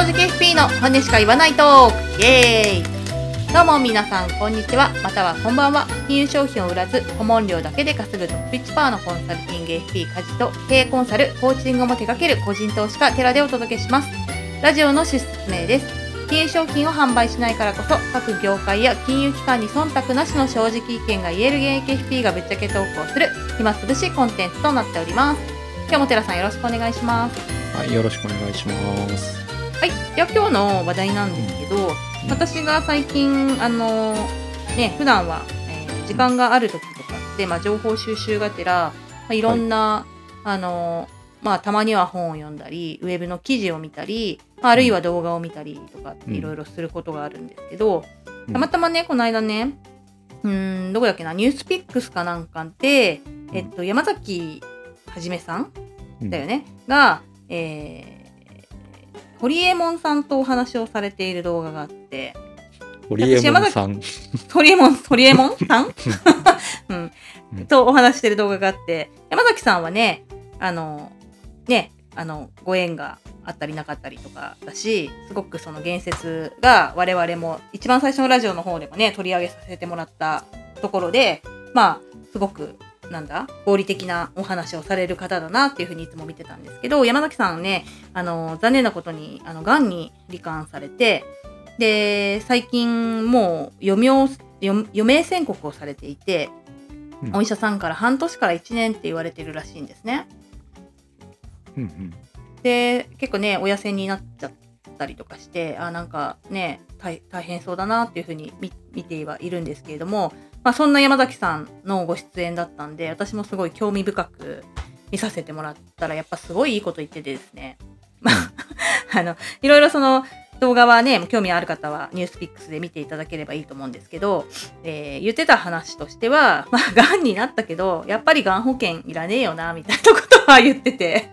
直 FP の本音しか言わないトークイエーイ。どうも皆さんこんにちは、またはこんばんは。金融商品を売らず顧問料だけで稼ぐトップ1%のコンサルティング FP 家事と経営コンサル、コーチングも手掛ける個人投資家テラでお届けします。ラジオの趣旨説明です。金融商品を販売しないからこそ、各業界や金融機関に忖度なしの正直意見が言える現役 FP がぶっちゃけトークをする暇つぶしコンテンツとなっております。今日もテラさんよろしくお願いします。 はい、よろしくお願いします。 はい、では今日の話題なんですけど、私が最近普段は、時間がある時とかって、情報収集がてら、いろんな、たまには本を読んだりウェブの記事を見たり、あるいは動画を見たりとかっていろいろすることがあるんですけど、たまたまねこの間ねどこだっけな、ニュースピックスかなんかで、山崎はじめさんだよね、が、ホリエモンさんとお話をされている動画があって、 ホリエモンさんホリエモンさん、とお話している動画があって、山崎さんはねご縁があったりなかったりとかだし、すごくその言説が我々も一番最初のラジオの方でもね取り上げさせてもらったところで、すごく合理的なお話をされる方だなっていうふうにいつも見てたんですけど、山崎さんね残念なことにがんに罹患されて、で最近もう余命宣告をされていて、お医者さんから半年から1年って言われてるらしいんですね。で結構ねお痩せになっちゃったりとかして、大変そうだなっていうふうに見てはいるんですけれども、そんな山崎さんのご出演だったんで、私もすごい興味深く見させてもらったら、やっぱすごいいいこと言っててですね、いろいろその動画はね興味ある方はニュースピックスで見ていただければいいと思うんですけど、言ってた話としては、がんになったけどやっぱりがん保険いらねえよなみたいなことは言ってて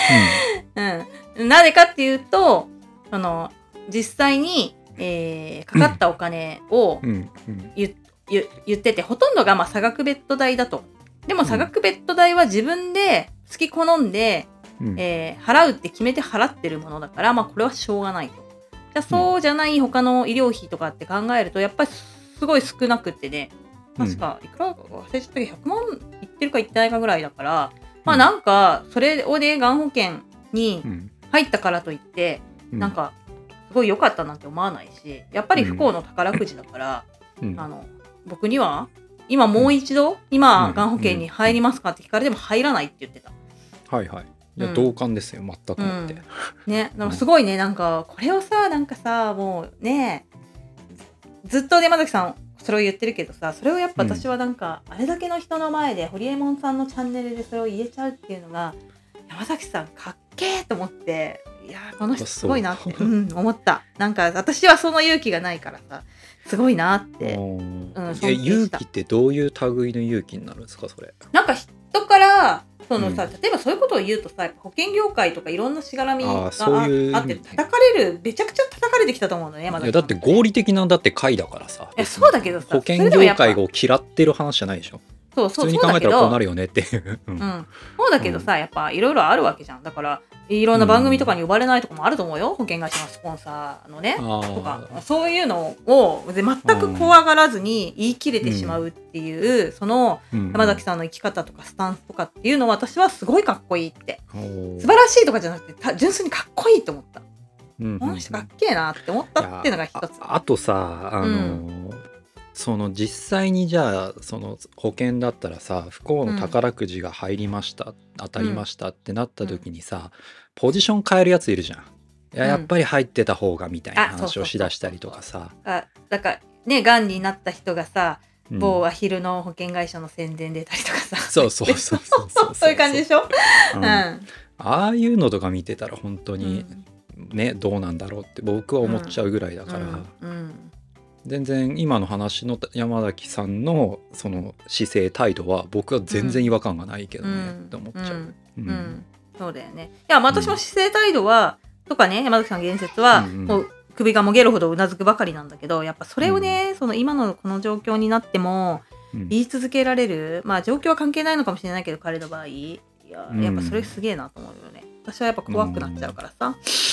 なぜかっていうと、その実際に、かかったお金を言ってて、ほとんどが差額ベッド代だと。でも差額ベッド代は自分で好き好んで、払うって決めて払ってるものだから、これはしょうがないと。じゃあそうじゃない他の医療費とかって考えるとやっぱりすごい少なくってね、確かいくらか忘れちゃったけど100万いってるかいってないかぐらいだから、それをねがん保険に入ったからといって、すごい良かったなんて思わないし、やっぱり不幸の宝くじだから、僕には今もう一度、今がん保険に入りますかって聞かれても入らないって言ってた。 はいはい。いや同感ですよ、全くもって。 ね、でもすごいね、これをさもうねずっと山崎さんそれを言ってるけどさ、それをやっぱ私はあれだけの人の前でホリエモンさんのチャンネルでそれを言えちゃうっていうのが、山崎さんかっけーと思って、いやこの人すごいなって思った。私はその勇気がないからさ、すごいなって、尊敬した。 勇気ってどういう類の勇気になるんですか、それ。 人から例えばそういうことを言うとさ、保険業界とかいろんなしがらみがあって叩かれる、めちゃくちゃ叩かれてきたと思うのね、山崎さん。 だって合理的な回だからさ。 そうだけどさ、 保険業界を嫌ってる話じゃないでしょ。普通に考えたらこうなるよねっていうそうだけどさ、やっぱいろいろあるわけじゃん。だからいろんな番組とかに呼ばれないとかもあると思うよ、保険会社のスポンサーのねとか、そういうのを全く怖がらずに言い切れてしまうっていう、その山崎さんの生き方とかスタンスとかっていうのを私はすごいかっこいいって、素晴らしいとかじゃなくて純粋にかっこいいと思った。この人かっけえなって思ったっていうのが一つ。 あとさ、その実際にじゃあその保険だったらさ、不幸の宝くじが入りました、当たりましたってなった時にさ、ポジション変えるやついるじゃん。やっぱり入ってた方がみたいな話をしだしたりとかさ。 だからね、がんになった人がさ、某アヒルの保険会社の宣伝出たりとかさ、 そうそういう感じでしょ。 ああいうのとか見てたら本当にね、どうなんだろうって僕は思っちゃうぐらいだから、全然今の話の山崎さんのその姿勢態度は僕は全然違和感がないけどねって思っちゃう。 そうだよね。いや私も姿勢態度はとかね、山崎さんの言説はもう首がもげるほどうなずくばかりなんだけど、やっぱそれをね、その今のこの状況になっても言い続けられる、状況は関係ないのかもしれないけど彼の場合、やっぱそれすげえなと思うよね。私はやっぱ怖くなっちゃうからさ。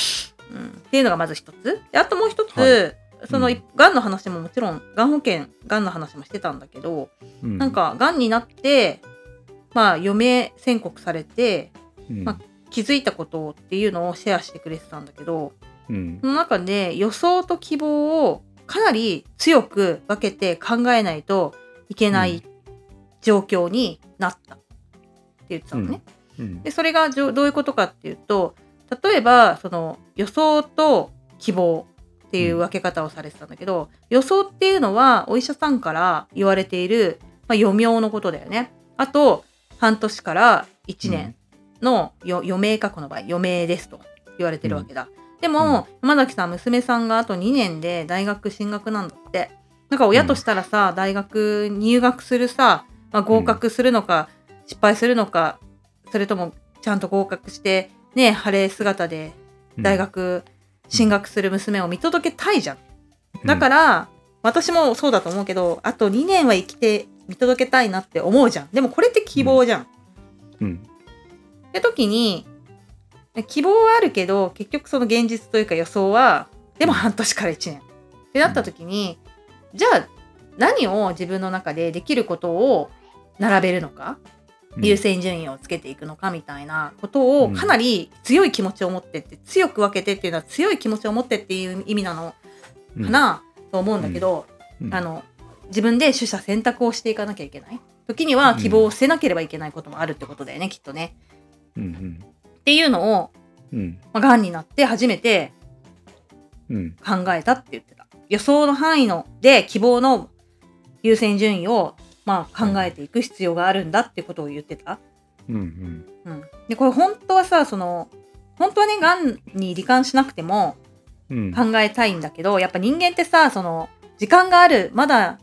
っていうのがまず一つで、あともう一つ、 はい、 そのがんの話ももちろんがん保険がんの話もしてたんだけど、なんかがんになって余命宣告されて、気づいたことっていうのをシェアしてくれてたんだけど、その中で予想と希望をかなり強く分けて考えないといけない状況になったって言ってたのね。でそれがどういうことかっていうと、例えばその予想と希望っていう分け方をされてたんだけど、予想っていうのはお医者さんから言われている、余命のことだよね。あと半年から1年の余命か、この場合余命ですと言われてるわけだ。でも、山崎さん娘さんがあと2年で大学進学なんだって。なんか親としたらさ、大学入学するさ、合格するのか失敗するのか、それともちゃんと合格してね、晴れ姿で大学進学する娘を見届けたいじゃん。だから私もそうだと思うけど、あと2年は生きて見届けたいなって思うじゃん。でもこれって希望じゃん。って時に希望はあるけど、結局その現実というか予想はでも半年から1年ってなった時に、じゃあ何を自分の中でできることを並べるのか、優先順位をつけていくのかみたいなことをかなり強い気持ちを持ってって、強く分けてっていうのは強い気持ちを持ってっていう意味なのかなと思うんだけど、自分で取捨選択をしていかなきゃいけない時には希望を捨てなければいけないこともあるってことだよね、きっとね。っていうのを、がんになって初めて考えたって言ってた。予想の範囲ので希望の優先順位を考えていく必要があるんだってことを言ってた。でこれ本当はさ、本当はね、がんに罹患しなくても考えたいんだけど、やっぱ人間ってさ、時間がある、まだ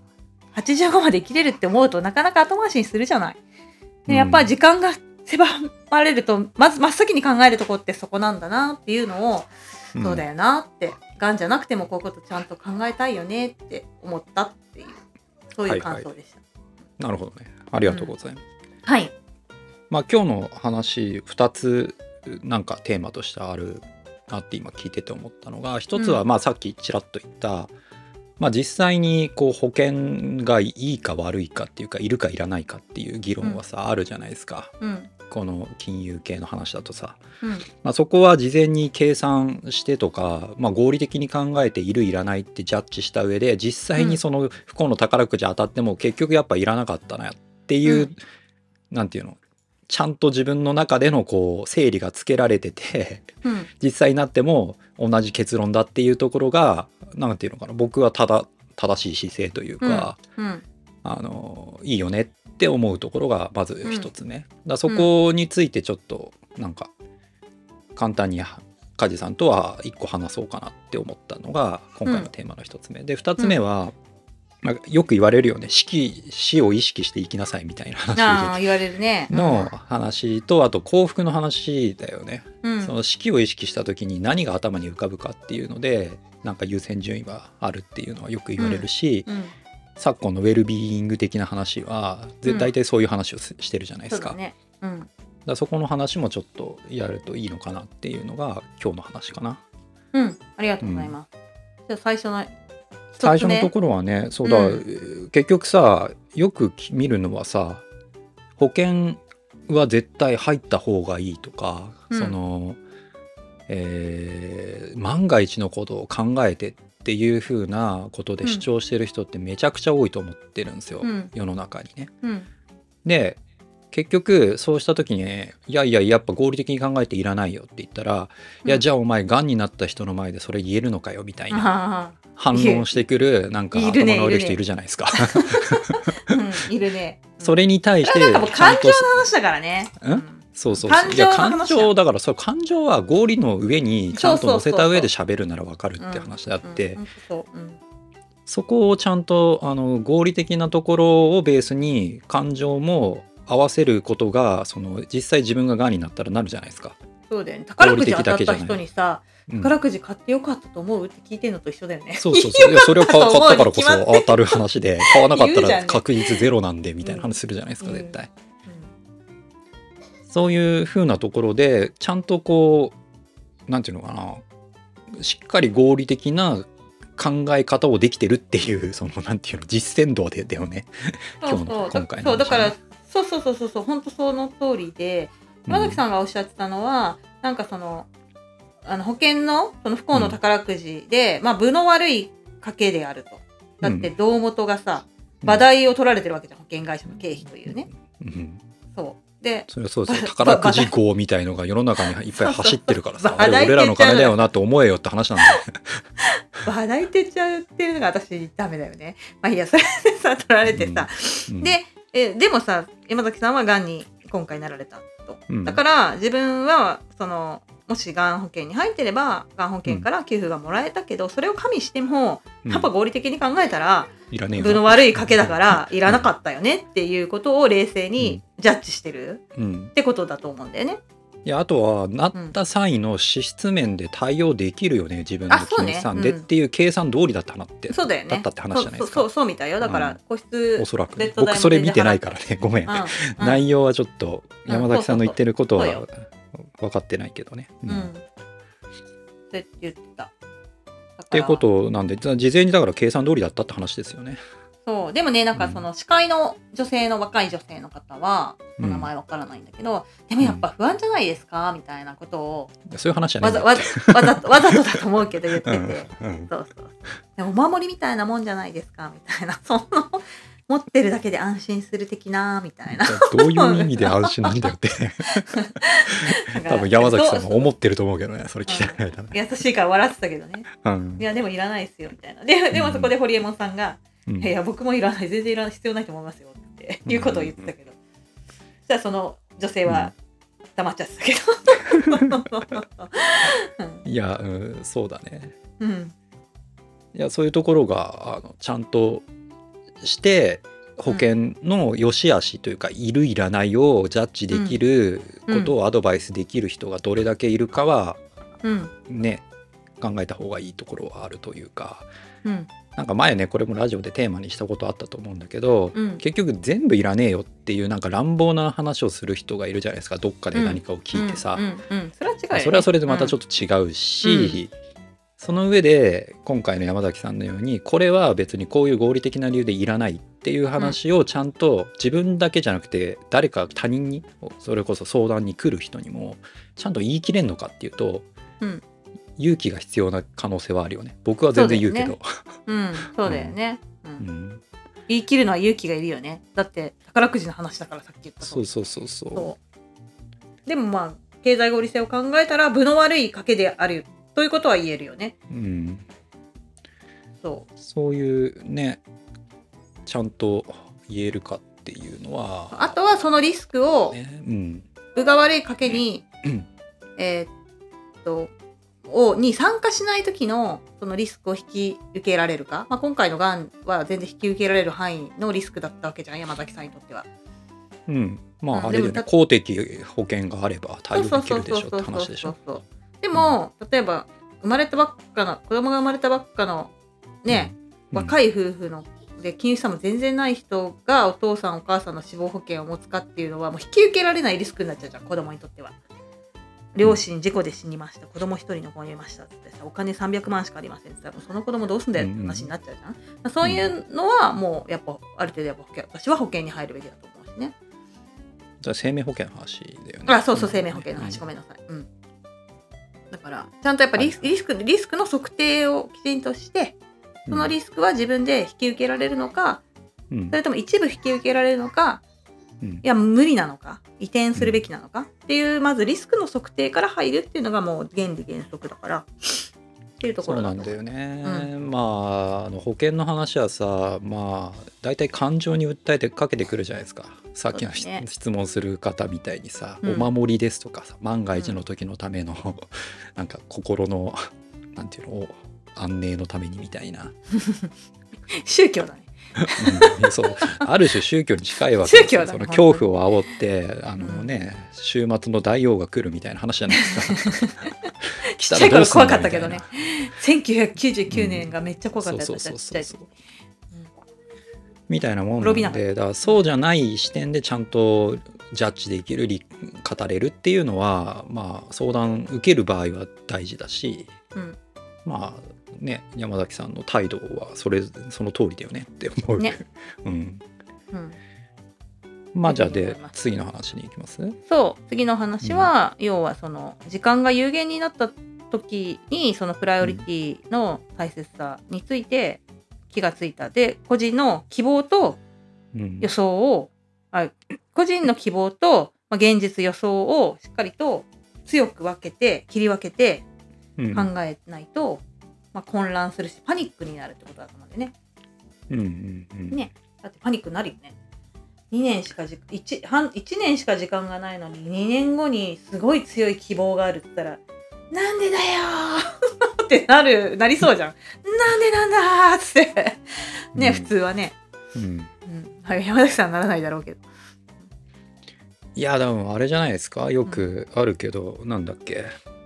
85まで生きれるって思うとなかなか後回しにするじゃない。でやっぱ時間が狭まれると、まず真っ先に考えるとこってそこなんだなっていうのを、そうだよなって、がんじゃなくてもこういうことちゃんと考えたいよねって思ったっていう、そういう感想でした。 なるほどね、ありがとうございます。 はい。 今日の話2つなんかテーマとしてあるなって今聞いてて思ったのが、一つはさっきちらっと言った、実際にこう保険がいいか悪いかっていうか、いるかいらないかっていう議論はさ、あるじゃないですか。この金融系の話だとさ、そこは事前に計算してとか、合理的に考えているいらないってジャッジした上で、実際にその不幸の宝くじ当たっても結局やっぱいらなかったなっていう、なんていうの、ちゃんと自分の中でのこう整理がつけられてて、実際になっても同じ結論だっていうところが、なんていうのかな、僕は正しい姿勢というか、いいよねって思うところがまず一つね。そこについてちょっとなんか簡単に梶さんとは一個話そうかなって思ったのが今回のテーマの一つ目で、二つ目は、よく言われるよね、死を意識して生きなさいみたいな話言われるねの話と、あと幸福の話だよね。その死を意識した時に何が頭に浮かぶかっていうので、なんか優先順位はあるっていうのはよく言われるし、昨今のウェルビーイング的な話は大体そういう話をしてるじゃないですか。そこの話もちょっとやるといいのかなっていうのが今日の話かな。 ありがとうございます。じゃあ最初のところはね、そうだ、結局さ、よく見るのはさ、保険は絶対入った方がいいとか、万が一のことを考えてっていう風なことで主張してる人ってめちゃくちゃ多いと思ってるんですよ、世の中にね。で結局そうした時にね、やっぱ合理的に考えていらないよって言ったら、いやじゃあお前がんになった人の前でそれ言えるのかよみたいな反論してくる、なんか頭の悪い人いるじゃないですか。 いるね。 それに対してなんかもう感情の話だからね。 そういや感情だから、そう感情は合理の上にちゃんと乗せた上で喋るなら分かるって話であって、そこをちゃんと合理的なところをベースに感情も合わせることが、実際自分ががんになったらなるじゃないですか。 そうだよね。宝くじ当たった人にさ、宝くじ買ってよかったと思うって聞いてるのと一緒だよね。 そういやそれを買ったからこそ当たる話で、買わなかったら確率ゼロなんでみたいな話するじゃないですか、絶対。そういう風なところでちゃんとこう、なんていうのかな、 しっかり合理的な考え方をできてるっていうそのなんていうの実践度でだよね。今回のそうだからそう本当その通りで、山崎さんがおっしゃってたのは、なんかその保険のその不幸の宝くじで、まあ分の悪い賭けであると。だって胴元がさ、馬代を取られてるわけじゃん、保険会社の経費というね。そうで、 それはそうですよ。宝くじ号みたいのが世の中にいっぱい走ってるからさ、あれ俺らの金だよなと思えよって話なんだよ。 馬代って言っちゃってるのが私ダメだよね。まあいいや、それでさ取られてさ、でもさ、山崎さんはがんに今回なられたと。だから自分はそのもしがん保険に入ってればがん保険から給付がもらえたけど、それを加味してもやっぱ合理的に考えたら、分の悪い賭けだからいらなかったよねっていうことを冷静にジャッジしてるってことだと思うんだよね。 いや、あとはなった際の支出面で対応できるよね、自分の金算でっていう計算通りだったなって、 そうだよね、 だったって話じゃないですか。 そうみたいよ。だから個室おそらく僕それ見てないからね、ごめん、内容はちょっと山崎さんの言ってることは分かってないけどね。 って言ってたっていうことなんで、事前にだから計算通りだったって話ですよね。 そうでもね、なんかその司会の女性の若い女性の方は、お名前わからないんだけど、でもやっぱ不安じゃないですかみたいなことを、 そういう話じゃないわざとだと思うけど言ってて、そうでもお守りみたいなもんじゃないですかみたいな、その持ってるだけで安心する的なみたいな。 どういう意味で安心なんだよって多分山崎さんも思ってると思うけどね、それ聞いてないから。 優しいから笑ってたけどね、いやでもいらないですよみたいな。でもそこでホリエモンさんが、いや僕もいらない、全然いらない、必要ないと思いますよっていうことを言ってたけど、じゃあその女性は黙っちゃってたけどいや、そうだね、いやそういうところがちゃんとして保険の良し悪しというか、いるいらないをジャッジできることをアドバイスできる人がどれだけいるかはね、考えた方がいいところはあるというか、なんか前ねこれもラジオでテーマにしたことあったと思うんだけど、結局全部いらねえよっていうなんか乱暴な話をする人がいるじゃないですか、どっかで何かを聞いてさ、 それは違うよね。 それはそれでまたちょっと違うし、その上で今回の山崎さんのようにこれは別にこういう合理的な理由でいらないっていう話をちゃんと自分だけじゃなくて誰か他人に、それこそ相談に来る人にもちゃんと言い切れんのかっていうと、勇気が必要な可能性はあるよね。僕は全然言うけど。 そうだよね。言い切るのは勇気がいるよね。だって宝くじの話だから、さっき言ったと。そうでもまあ経済合理性を考えたら分の悪い賭けであるということは言えるよね。 そういうね、ちゃんと言えるかっていうのは、 あとはそのリスクを、分が悪い賭けにに参加しない時のそのリスクを引き受けられるか、今回のがんは全然引き受けられる範囲のリスクだったわけじゃん、山崎さんにとっては。 あれで公的保険があれば対応できるでしょって話でしょ。 でも例えば子供が生まれたばっかのね、若い夫婦ので金融資産も全然ない人がお父さんお母さんの死亡保険を持つかっていうのはもう引き受けられないリスクになっちゃうじゃん、子供にとっては。両親事故で死にました、子供一人残りましたってさ、お金300万しかありませんって言ったら、その子供どうすんだよって話になっちゃうじゃん。そういうのはもうやっぱある程度やっぱ私は保険に入るべきだと思うしね。 じゃあ生命保険の話だよね。 そう生命保険の話、ごめんなさい。だからちゃんとやっぱリスクの測定をきちんとして、そのリスクは自分で引き受けられるのか、それとも一部引き受けられるのか、いや無理なのか、移転するべきなのかっていう、まずリスクの測定から入るっていうのがもう原理原則だからっていうところだと思う。 そうなんだよね。保険の話はさ、だいたい感情に訴えてかけてくるじゃないですか。さっきの、質問する方みたいにさ、お守りですとかさ、万が一の時のためのなんか心のなんていうの安寧のためにみたいな宗教だね。 そうある種宗教に近いわけですよ。その恐怖を煽って週末の大王が来るみたいな話じゃないですか。 ちっちゃい頃怖かったけどね。1999年がめっちゃ怖かったやつ。 みたいなもんなんで、だからそうじゃない視点でちゃんとジャッジできる語れるっていうのは、相談受ける場合は大事だし、 まあね、山崎さんの態度はその通りだよねって思う、 ねうん、 うん、 まあじゃあで次の話に行きます。 そう次の話は、要はその時間が有限になった時にそのプライオリティの大切さについて気がついた。で個人の希望と予想を、個人の希望と、現実予想をしっかりと強く分けて切り分けて考えないと、混乱するしパニックになるってことだと思うんでね。ね、だってパニックになるよね。1年しか時間がないのに2年後にすごい強い希望があるって言ったらなんでだよーってなりそうじゃん。なんでなんだーっつってね、普通はね、山崎さんならないだろうけど。 いやでもあれじゃないですか、よくあるけど、なんだっけ、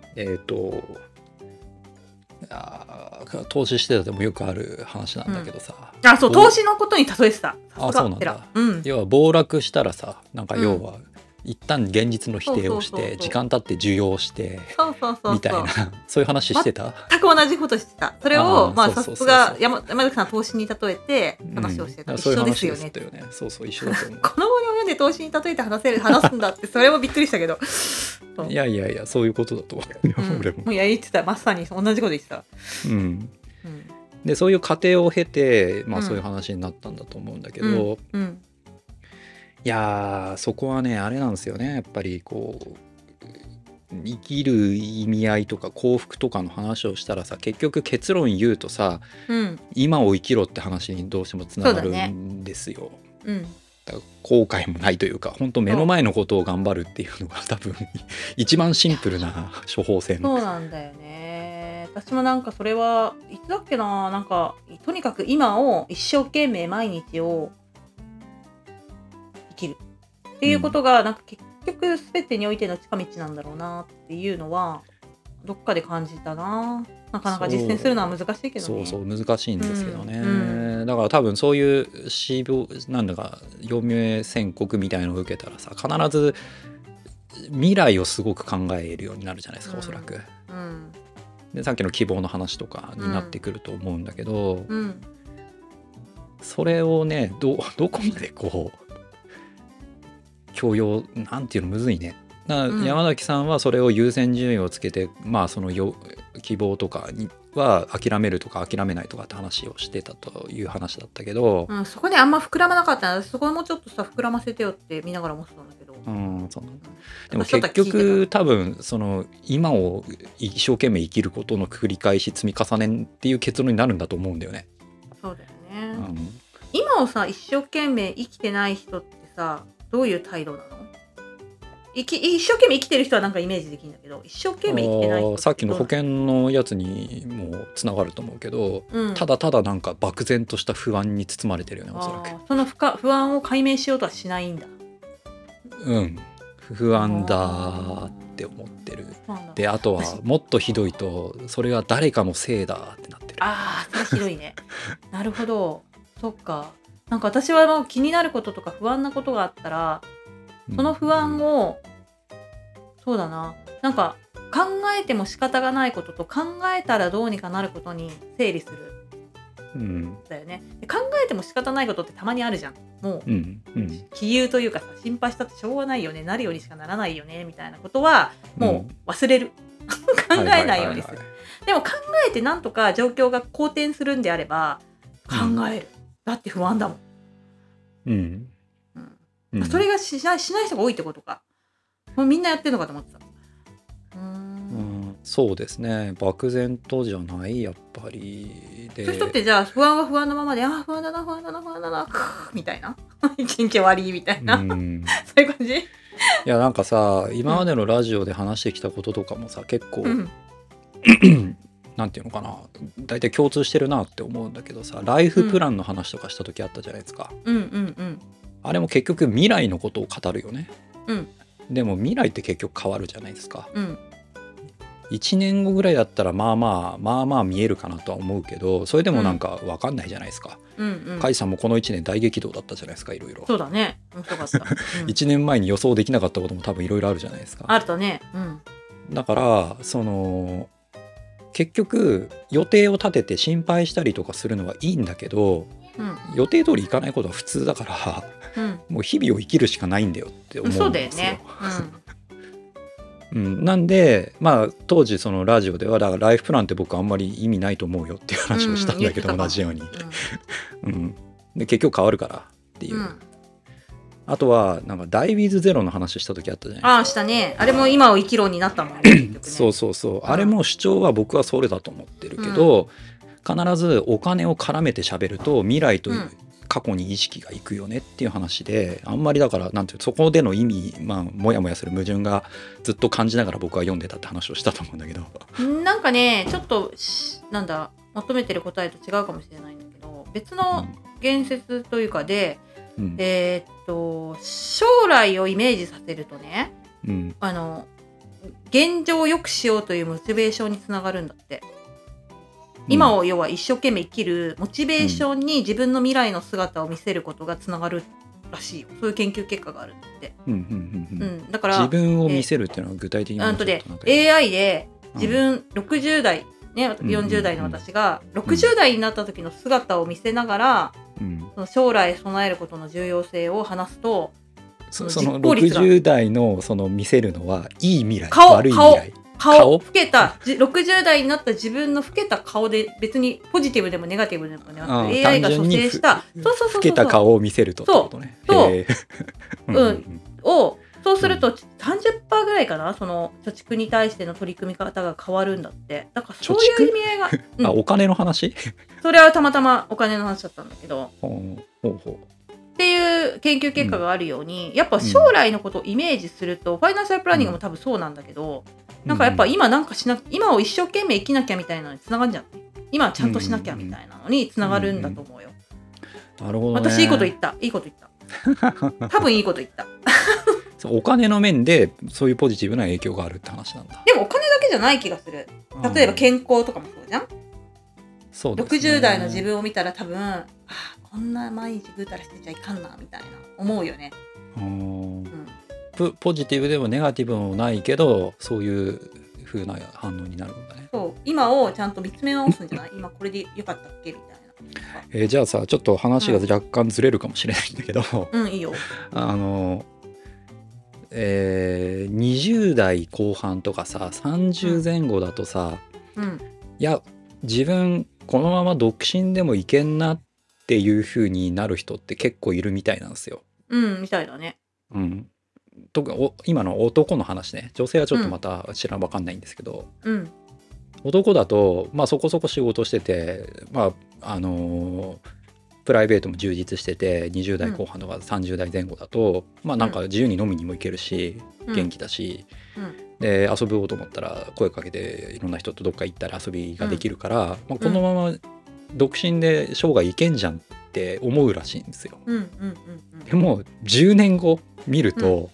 投資してたでもよくある話なんだけどさ、 そう投資のことに例えてた。 そうなんだ、要は暴落したらさ、なんか要は、一旦現実の否定をして時間経って受容してみたいなそういう話してた。 全く同じことしてた。それをさすが山崎さん投資に例えて話をしてた。一緒ですよね。 そうそう一緒だと思う。 この後に及んで投資に例えて話すんだってそれもびっくりしたけどいやそういうことだと思う、俺も。 もう言ってた、まさに同じこと言ってた。 でそういう過程を経て、そういう話になったんだと思うんだけど、いやそこはねあれなんですよね、やっぱりこう生きる意味合いとか幸福とかの話をしたらさ、結局結論言うとさ、今を生きろって話にどうしてもつながるんですよ。だから後悔もないというか、本当目の前のことを頑張るっていうのが多分一番シンプルな処方箋。 そうなんだよね。私もなんかそれはいつだっけな、なんかとにかく今を一生懸命毎日を生きるっていうことが、なんか結局全てにおいての近道なんだろうなっていうのはどっかで感じたな。なかなか実践するのは難しいけどね。 そう難しいんですけどね、だから多分そういうなんだか余命宣告みたいなのを受けたらさ、必ず未来をすごく考えるようになるじゃないですか、おそらく。でさっきの希望の話とかになってくると思うんだけど、それをねどこまでこう強要なんていうのむずいね。山崎さんはそれを優先順位をつけて、その希望とかには諦めるとか諦めないとかって話をしてたという話だったけど、 そこであんま膨らまなかったな。そこもちょっとさ膨らませてよって見ながら思ってたんだけど、 そうなんだ。でも結局多分その今を一生懸命生きることの繰り返し積み重ねっていう結論になるんだと思うんだよね。 そうだよね、今をさ一生懸命生きてない人ってさどういう態度なの？一生懸命生きてる人はなんかイメージできるんだけど、一生懸命生きてない人ってさっきの保険のやつにもつながると思うけど、ただただなんか漠然とした不安に包まれてるよね、おそらく。 その不安を解明しようとはしないんだ。 不安だって思ってる。であとはもっとひどいとそれが誰かのせいだってなってる。 それひどいね。なるほど、そっか。なんか私はもう気になることとか不安なことがあったらその不安を、そうだな、なんか考えても仕方がないことと考えたらどうにかなることに整理する、だよね。で考えても仕方ないことってたまにあるじゃん。もう、杞憂というかさ、心配したってしょうがないよね、なるようにしかならないよねみたいなことはもう忘れる、考えないようにする。でも考えてなんとか状況が好転するんであれば考える、だって不安だもん。それがしない人が多いってことか。もうみんなやってるのかと思ってた。 そうですね、漠然とじゃないやっぱり。 そういう人ってじゃあ不安は不安のままで、不安だなみたいな一日終わりみたいなそういう感じ。いやなんかさ、今までのラジオで話してきたこととかもさ、結構、なんていうのかな、大体共通してるなって思うんだけどさ、ライフプランの話とかした時あったじゃないですか。あれも結局未来のことを語るよね。でも未来って結局変わるじゃないですか。1年後ぐらいだったらまあまあ見えるかなとは思うけど、それでもなんか分かんないじゃないですか。甲斐さんもこの1年大激動だったじゃないですか、いろいろ。 そうだね、面白かった。 1年前に予想できなかったことも多分いろいろあるじゃないですか。 あるとね。 だからその結局予定を立てて心配したりとかするのはいいんだけど、予定通りいかないことは普通だから、もう日々を生きるしかないんだよって思うんですよ。そうだよね。なんで当時そのラジオではだからライフプランって僕あんまり意味ないと思うよっていう話をしたんだけど、同じように、で結局変わるからっていう、あとはなんかダイビーズゼロの話した時あったじゃないですか。 したね。あれも今を生きろになったもんね。 そうそうそう、あれも主張は僕はそれだと思ってるけど、必ずお金を絡めて喋ると未来と過去に意識がいくよねっていう話で、あんまりだからなんていうそこでの意味もやもやする矛盾がずっと感じながら僕は読んでたって話をしたと思うんだけど、 なんかねちょっとなんだ求めてる答えと違うかもしれないんだけど、別の言説というかで、将来をイメージさせるとね、現状を良くしようというモチベーションにつながるんだって。今を要は一生懸命生きるモチベーションに自分の未来の姿を見せることがつながるらしいよ。そういう研究結果があるんだって。だから自分を見せるっていうのは具体的になんとで AI で自分60代、ね、40代の私が60代になった時の姿を見せながら、その将来備えることの重要性を話すと、 その60代のその見せるのはいい未来悪い未来、 顔老けた60代になった自分の老けた顔で、別にポジティブでもネガティブでもね、AI が蘇生した老けた顔を見せるとってことね。 そうすると 30% ぐらいかな、その貯蓄に対しての取り組み方が変わるんだって。だからそういう意味合いが、 お金の話それはたまたまお金の話だったんだけど、っていう研究結果があるように、やっぱ将来のことをイメージすると、ファイナンシャルプランニングも多分そうなんだけど、なんかやっぱ今今を一生懸命生きなきゃみたいなのにつながるんじゃない？今ちゃんとしなきゃみたいなのにつながるんだと思うよ。 なるほどね。 私いいこと言った。多分いいこと言った。 お金の面でそういうポジティブな影響があるって話なんだ。 でもお金だけじゃない気がする。例えば健康とかもそうじゃん。 そうですね。 60代の自分を見たら多分こんな毎日ぐうたらしてちゃいかんなみたいな思うよね。 ポジティブでもネガティブもないけど、そういう風な反応になるんだね。 そう今をちゃんと見つめ直すんじゃない？今これでよかったっけみたいな。 じゃあさ、ちょっと話が若干ずれるかもしれないんだけど、 いいよ。 20代後半とかさ30前後だとさ、いや自分このまま独身でもいけんなっていう風になる人って結構いるみたいなんですよ。 みたいだね。 特に今の男の話ね。女性はちょっとまた分かんないんですけど、男だとそこそこ仕事してて、プライベートも充実してて、20代後半とか30代前後だと、なんか自由に飲みにも行けるし、元気だし、で遊ぼうと思ったら声かけていろんな人とどっか行ったら遊びができるから、このまま独身で生涯いけんじゃんって思うらしいんですよ。でも10年後見ると、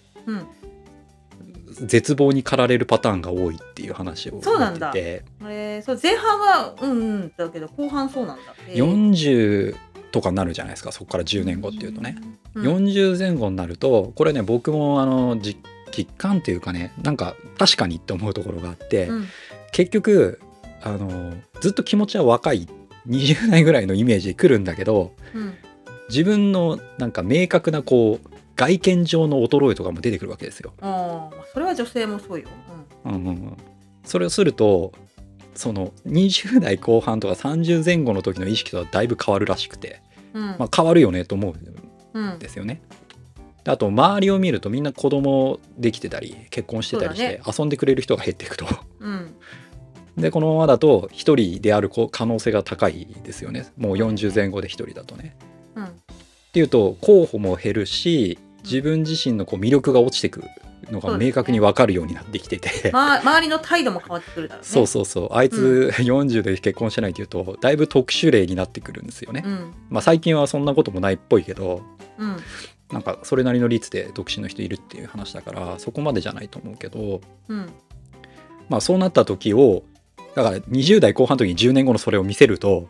絶望に駆られるパターンが多いっていう話をそうなんだ。そう前半はだけど後半そうなんだ。 40とかになるじゃないですか。そこから10年後っていうとね、40前後になると、これね僕も実感っていうかね、なんか確かにって思うところがあって、結局ずっと気持ちは若い20代ぐらいのイメージで来るんだけど、自分のなんか明確なこう外見上の衰えとかも出てくるわけですよ。 それは女性もそうよ。 それをするとその20代後半とか30前後の時の意識とはだいぶ変わるらしくて、変わるよねと思うんですよね。あと周りを見るとみんな子供できてたり結婚してたりして遊んでくれる人が減っていくと、でこのままだと一人である可能性が高いですよね。もう40前後で一人だとね。っていうと候補も減るし、自分自身のこう魅力が落ちてくるのが明確に分かるようになってきてて、 周りの態度も変わってくるだろうね。 そうあいつ40で結婚してないっていうとだいぶ特殊例になってくるんですよね。最近はそんなこともないっぽいけど、なんかそれなりの率で独身の人いるっていう話だからそこまでじゃないと思うけど、そうなった時をだから20代後半の時に10年後のそれを見せると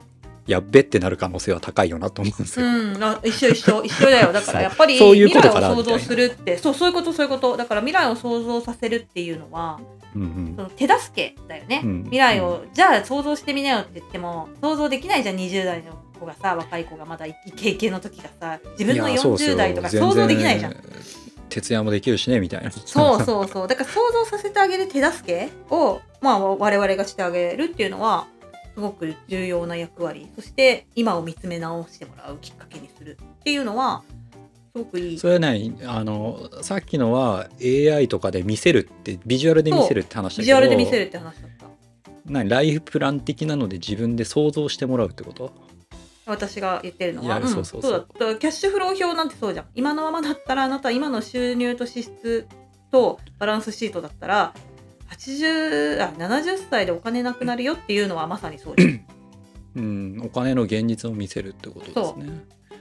やっべってなる可能性は高いよなと思うんですよ。 一緒だよ。だからやっぱりそういう未来ことかなを想像するって、そういうことだから未来を想像させるっていうのは、その手助けだよね、未来をじゃあ想像してみなよって言っても想像できないじゃん。20代の子がさ、若い子がまだイケイケの時がさ、自分の40代とか想像できないじゃん。 徹夜もできるしねみたいな。 そうだから想像させてあげる手助けを、我々がしてあげるっていうのはすごく重要な役割、そして今を見つめ直してもらうきっかけにするっていうのはすごくいい。 それはね、さっきのは AI とかで見せるって、ビジュアルで見せるって話だけど、 ビジュアルで見せるって話だった。 ライフプラン的なので自分で想像してもらうってこと？ 私が言ってるのは、 そうだったキャッシュフロー表なんてそうじゃん。今のままだったら、あなたは今の収入と支出とバランスシートだったら70歳でお金なくなるよっていうのはまさにそうですお金の現実を見せるってことですね。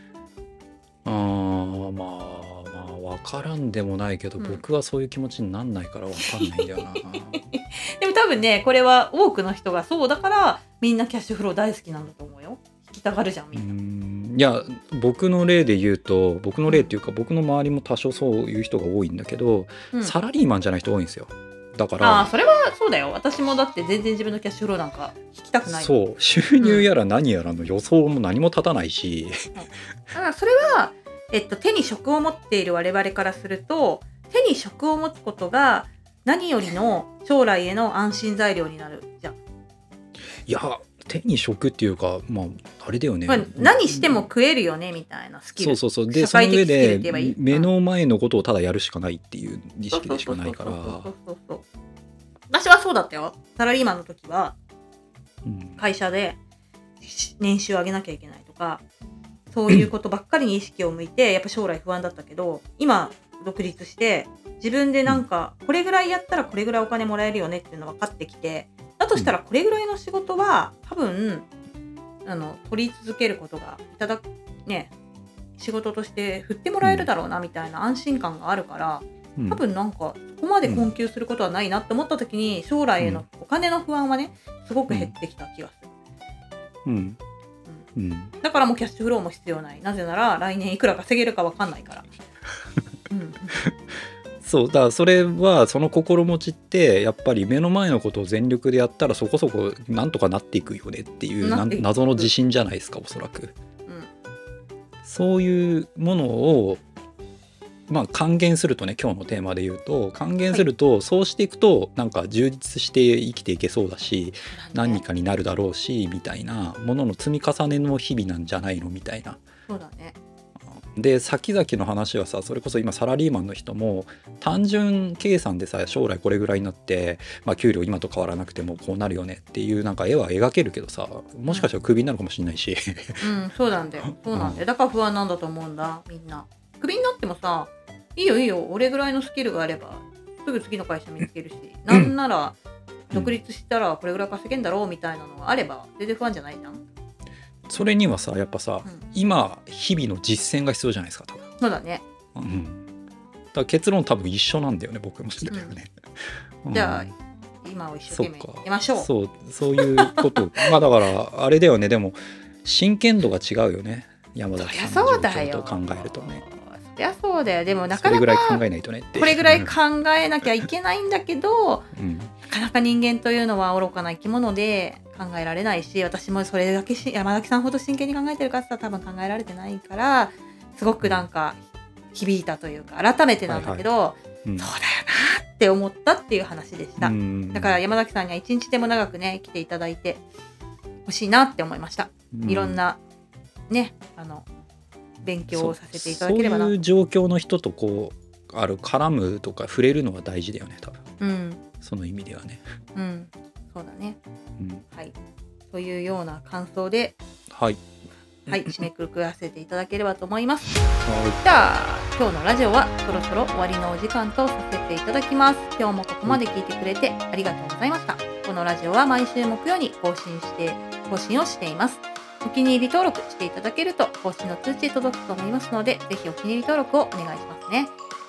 分からんでもないけど、僕はそういう気持ちになんないから分かんないんだよなでも多分ね、これは多くの人がそうだからみんなキャッシュフロー大好きなんだと思うよ。聞きたがるじゃんみんな。 いや、僕の例で言うと、僕の例っていうか僕の周りも多少そういう人が多いんだけど、サラリーマンじゃない人多いんですよ。だからそれはそうだよ。私もだって全然自分のキャッシュフローなんか聞きたくない。 そう、収入やら何やらの予想も何も立たないし、 だからそれは、手に職を持っている我々からすると、手に職を持つことが何よりの将来への安心材料になるじゃん。 いや、手に職っていうか、あれだよね、 何しても食えるよねみたいなスキル。 そうで、その上で目の前のことをただやるしかないっていう意識でしかないから。 私はそうだったよ。サラリーマンの時は会社で年収を上げなきゃいけないとか、そういうことばっかりに意識を向いて、やっぱ将来不安だったけど、今独立して自分でなんかこれぐらいやったらこれぐらいお金もらえるよねっていうの分かってきて、だとしたらこれぐらいの仕事は多分取り続けることが仕事として振ってもらえるだろうなみたいな安心感があるから、多分なんかそこまで困窮することはないなって思った時に、将来へのお金の不安はねすごく減ってきた気がする。だからもうキャッシュフローも必要ない。なぜなら来年いくら稼げるか分かんないからそうだから、それはその心持ちってやっぱり目の前のことを全力でやったらそこそこなんとかなっていくよねっていう謎の自信じゃないですか、おそらく。そういうものを還元するとね、今日のテーマで言うと還元すると、そうしていくとなんか充実して生きていけそうだし、何かになるだろうしみたいなものの積み重ねの日々なんじゃないのみたいな。 そうだね。 で、先々の話はさ、それこそ今サラリーマンの人も単純計算でさ、将来これぐらいになって、給料今と変わらなくてもこうなるよねっていうなんか絵は描けるけどさ、もしかしたらクビになるかもしれないしそうなんだよ。だから不安なんだと思うんだ、みんな。クビになってもさ、いいよ俺ぐらいのスキルがあればすぐ次の会社見つけるし、なんなら独立したらこれぐらい稼げんだろうみたいなのがあれば全然不安じゃないじゃん。 それにはさ、やっぱさ、今日々の実践が必要じゃないですか、多分。 そうだね。 だから結論多分一緒なんだよね、僕もしてたよね。 じゃあ今を一生懸命やりましょう。 そういうことだからあれだよね。でも真剣度が違うよね、山崎さんの状況と考えるとね。 いやそうだよ。でもなかなかそれぐらい考えないとねって。 これぐらい考えなきゃいけないんだけど、なかなか人間というのは愚かな生き物で考えられないし、私もそれだけ山崎さんほど真剣に考えてるかって言ったら多分考えられてないから、すごくなんか響いたというか改めてなんだけど、そうだよなって思ったっていう話でした。だから山崎さんには一日でも長くね来ていただいてほしいなって思いました。いろんなね勉強をさせていただければな。 そういう状況の人と絡むとか触れるのは大事だよね、多分。その意味ではね。 そうだね。はい。というような感想で、締めくくらせていただければと思います。じゃあ今日のラジオはそろそろ終わりのお時間とさせていただきます。今日もここまで聞いてくれてありがとうございました。このラジオは毎週木曜に更新をしています。お気に入り登録していただけると更新の通知届くと思いますので、ぜひお気に入り登録をお願いしますね。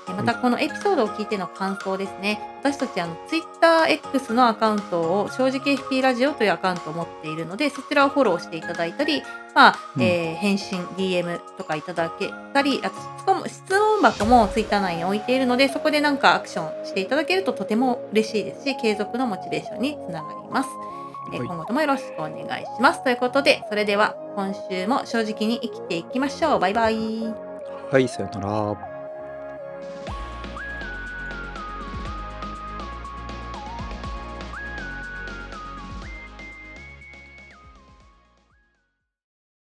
またこのエピソードを聞いての感想ですね。私たちTwitterX のアカウントを正直 FP ラジオというアカウントを持っているので、そちらをフォローしていただいたり、返信、DM とかいただけたり、あと質問箱も Twitter 内に置いているので、そこでなんかアクションしていただけるととても嬉しいですし、継続のモチベーションにつながります。今後ともよろしくお願いします。ということで、それでは今週も正直に生きていきましょう。バイバイ。 はい、さよなら。